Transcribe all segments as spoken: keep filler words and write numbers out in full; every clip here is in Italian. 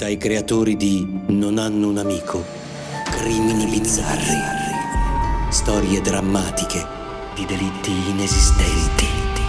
dai creatori di Non hanno un amico, crimini bizzarri, storie drammatiche di delitti inesistenti.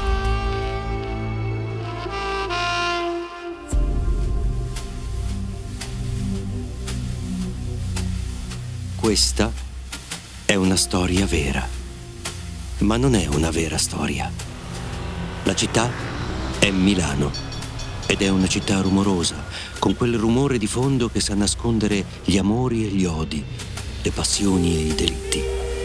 Questa è una storia vera, ma non è una vera storia. La città è Milano ed è una città rumorosa, con quel rumore di fondo che sa nascondere gli amori e gli odi, le passioni e i delitti.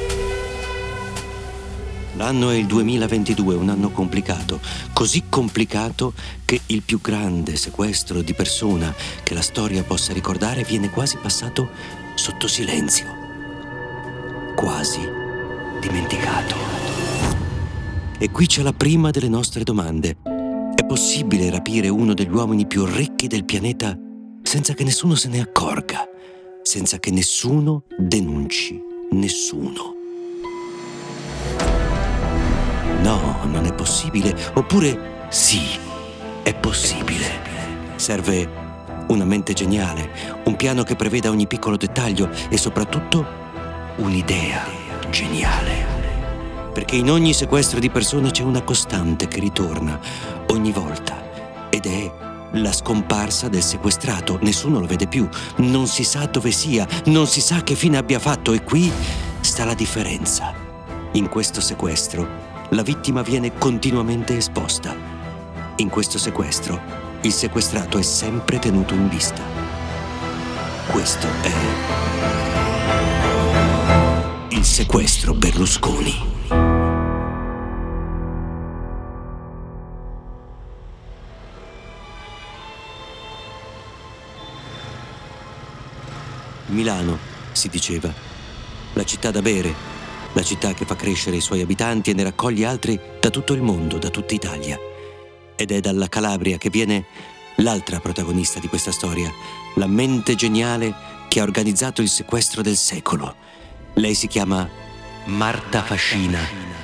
L'anno è il duemilaventidue, un anno complicato, così complicato che il più grande sequestro di persona che la storia possa ricordare viene quasi passato sotto silenzio, quasi dimenticato. E qui c'è la prima delle nostre domande. È possibile rapire uno degli uomini più ricchi del pianeta senza che nessuno se ne accorga, senza che nessuno denunci nessuno? No, non è possibile. Oppure sì, è possibile. Serve una mente geniale, un piano che preveda ogni piccolo dettaglio e soprattutto un'idea geniale. Perché in ogni sequestro di persona c'è una costante che ritorna ogni volta ed è la scomparsa del sequestrato. Nessuno lo vede più, non si sa dove sia, non si sa che fine abbia fatto e qui sta la differenza. In questo sequestro la vittima viene continuamente esposta. In questo sequestro il sequestrato è sempre tenuto in vista. Questo è il sequestro Berlusconi. Milano, si diceva, la città da bere, la città che fa crescere i suoi abitanti e ne raccoglie altri da tutto il mondo, da tutta Italia. Ed è dalla Calabria che viene l'altra protagonista di questa storia, la mente geniale che ha organizzato il sequestro del secolo. Lei si chiama Marta Fascina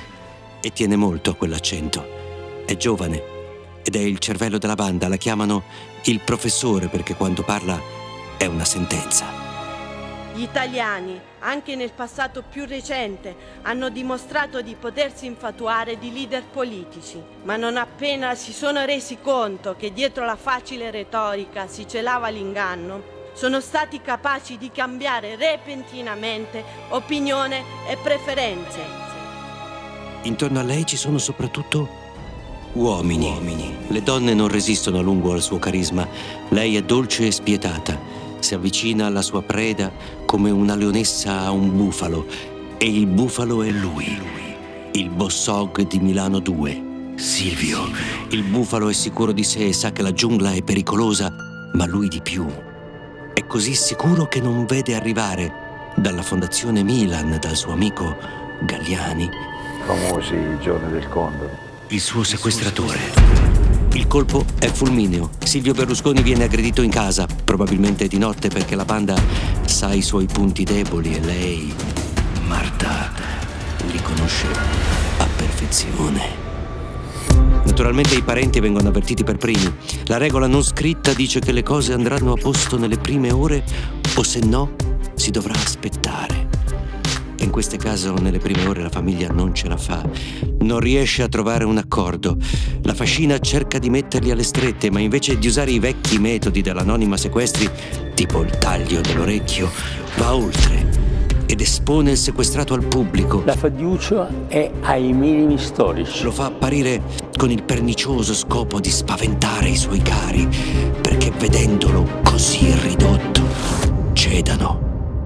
e tiene molto a quell'accento. È giovane ed è il cervello della banda. La chiamano il professore perché quando parla è una sentenza. Gli italiani, anche nel passato più recente, hanno dimostrato di potersi infatuare di leader politici, ma non appena si sono resi conto che dietro la facile retorica si celava l'inganno, sono stati capaci di cambiare repentinamente opinione e preferenze. Intorno a lei ci sono soprattutto uomini. uomini. Le donne non resistono a lungo al suo carisma. Lei è dolce e spietata. Si avvicina alla sua preda come una leonessa a un bufalo, e il bufalo è lui, il boss hog di Milano due, Silvio. Il bufalo è sicuro di sé e sa che la giungla è pericolosa, ma lui di più. È così sicuro che non vede arrivare dalla Fondazione Milan, dal suo amico Galliani, famosi i giorni del Condor, il suo sequestratore. Il colpo è fulmineo. Silvio Berlusconi viene aggredito in casa, probabilmente di notte perché la banda sa i suoi punti deboli e lei, Marta, li conosce a perfezione. Naturalmente i parenti vengono avvertiti per primi. La regola non scritta dice che le cose andranno a posto nelle prime ore o se no si dovrà aspettare. In queste case o nelle prime ore la famiglia non ce la fa, non riesce a trovare un accordo. La Fascina cerca di metterli alle strette, ma invece di usare i vecchi metodi dell'anonima sequestri, tipo il taglio dell'orecchio, va oltre ed espone il sequestrato al pubblico. La fiducia è ai minimi storici. Lo fa apparire con il pernicioso scopo di spaventare i suoi cari, perché vedendolo così ridotto, cedano.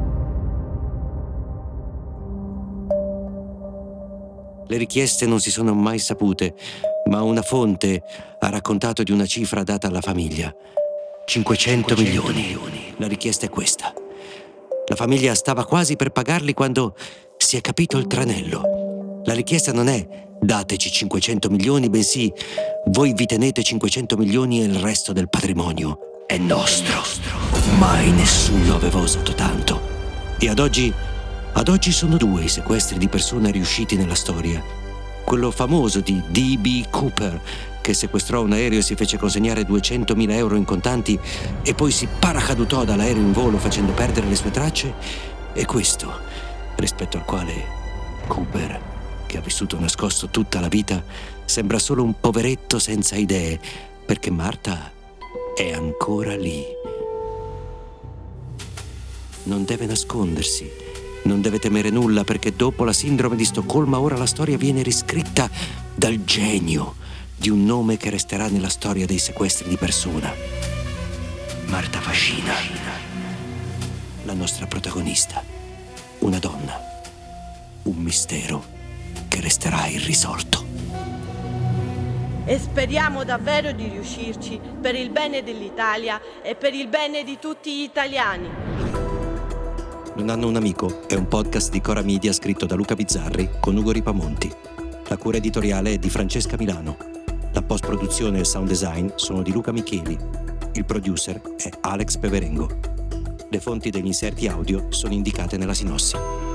Le richieste non si sono mai sapute, ma una fonte ha raccontato di una cifra data alla famiglia. cinquecento milioni. La richiesta è questa. La famiglia stava quasi per pagarli quando si è capito il tranello. La richiesta non è dateci cinquecento milioni, bensì voi vi tenete cinquecento milioni e il resto del patrimonio è nostro. Mai nessuno aveva osato tanto. E ad oggi... Ad oggi sono due i sequestri di persone riusciti nella storia. Quello famoso di D B Cooper che sequestrò un aereo e si fece consegnare duecentomila euro in contanti e poi si paracadutò dall'aereo in volo facendo perdere le sue tracce, e questo, rispetto al quale Cooper, che ha vissuto nascosto tutta la vita, sembra solo un poveretto senza idee, perché Marta è ancora lì. Non deve nascondersi, non deve temere nulla, perché dopo la sindrome di Stoccolma ora la storia viene riscritta dal genio di un nome che resterà nella storia dei sequestri di persona. Marta Fascina, la nostra protagonista, una donna, un mistero che resterà irrisolto. E speriamo davvero di riuscirci, per il bene dell'Italia e per il bene di tutti gli italiani. Non hanno un amico è un podcast di Cora Media scritto da Luca Bizzarri con Ugo Ripamonti. La cura editoriale è di Francesca Milano. La post-produzione e il sound design sono di Luca Micheli. Il producer è Alex Peverengo. Le fonti degli inserti audio sono indicate nella sinossi.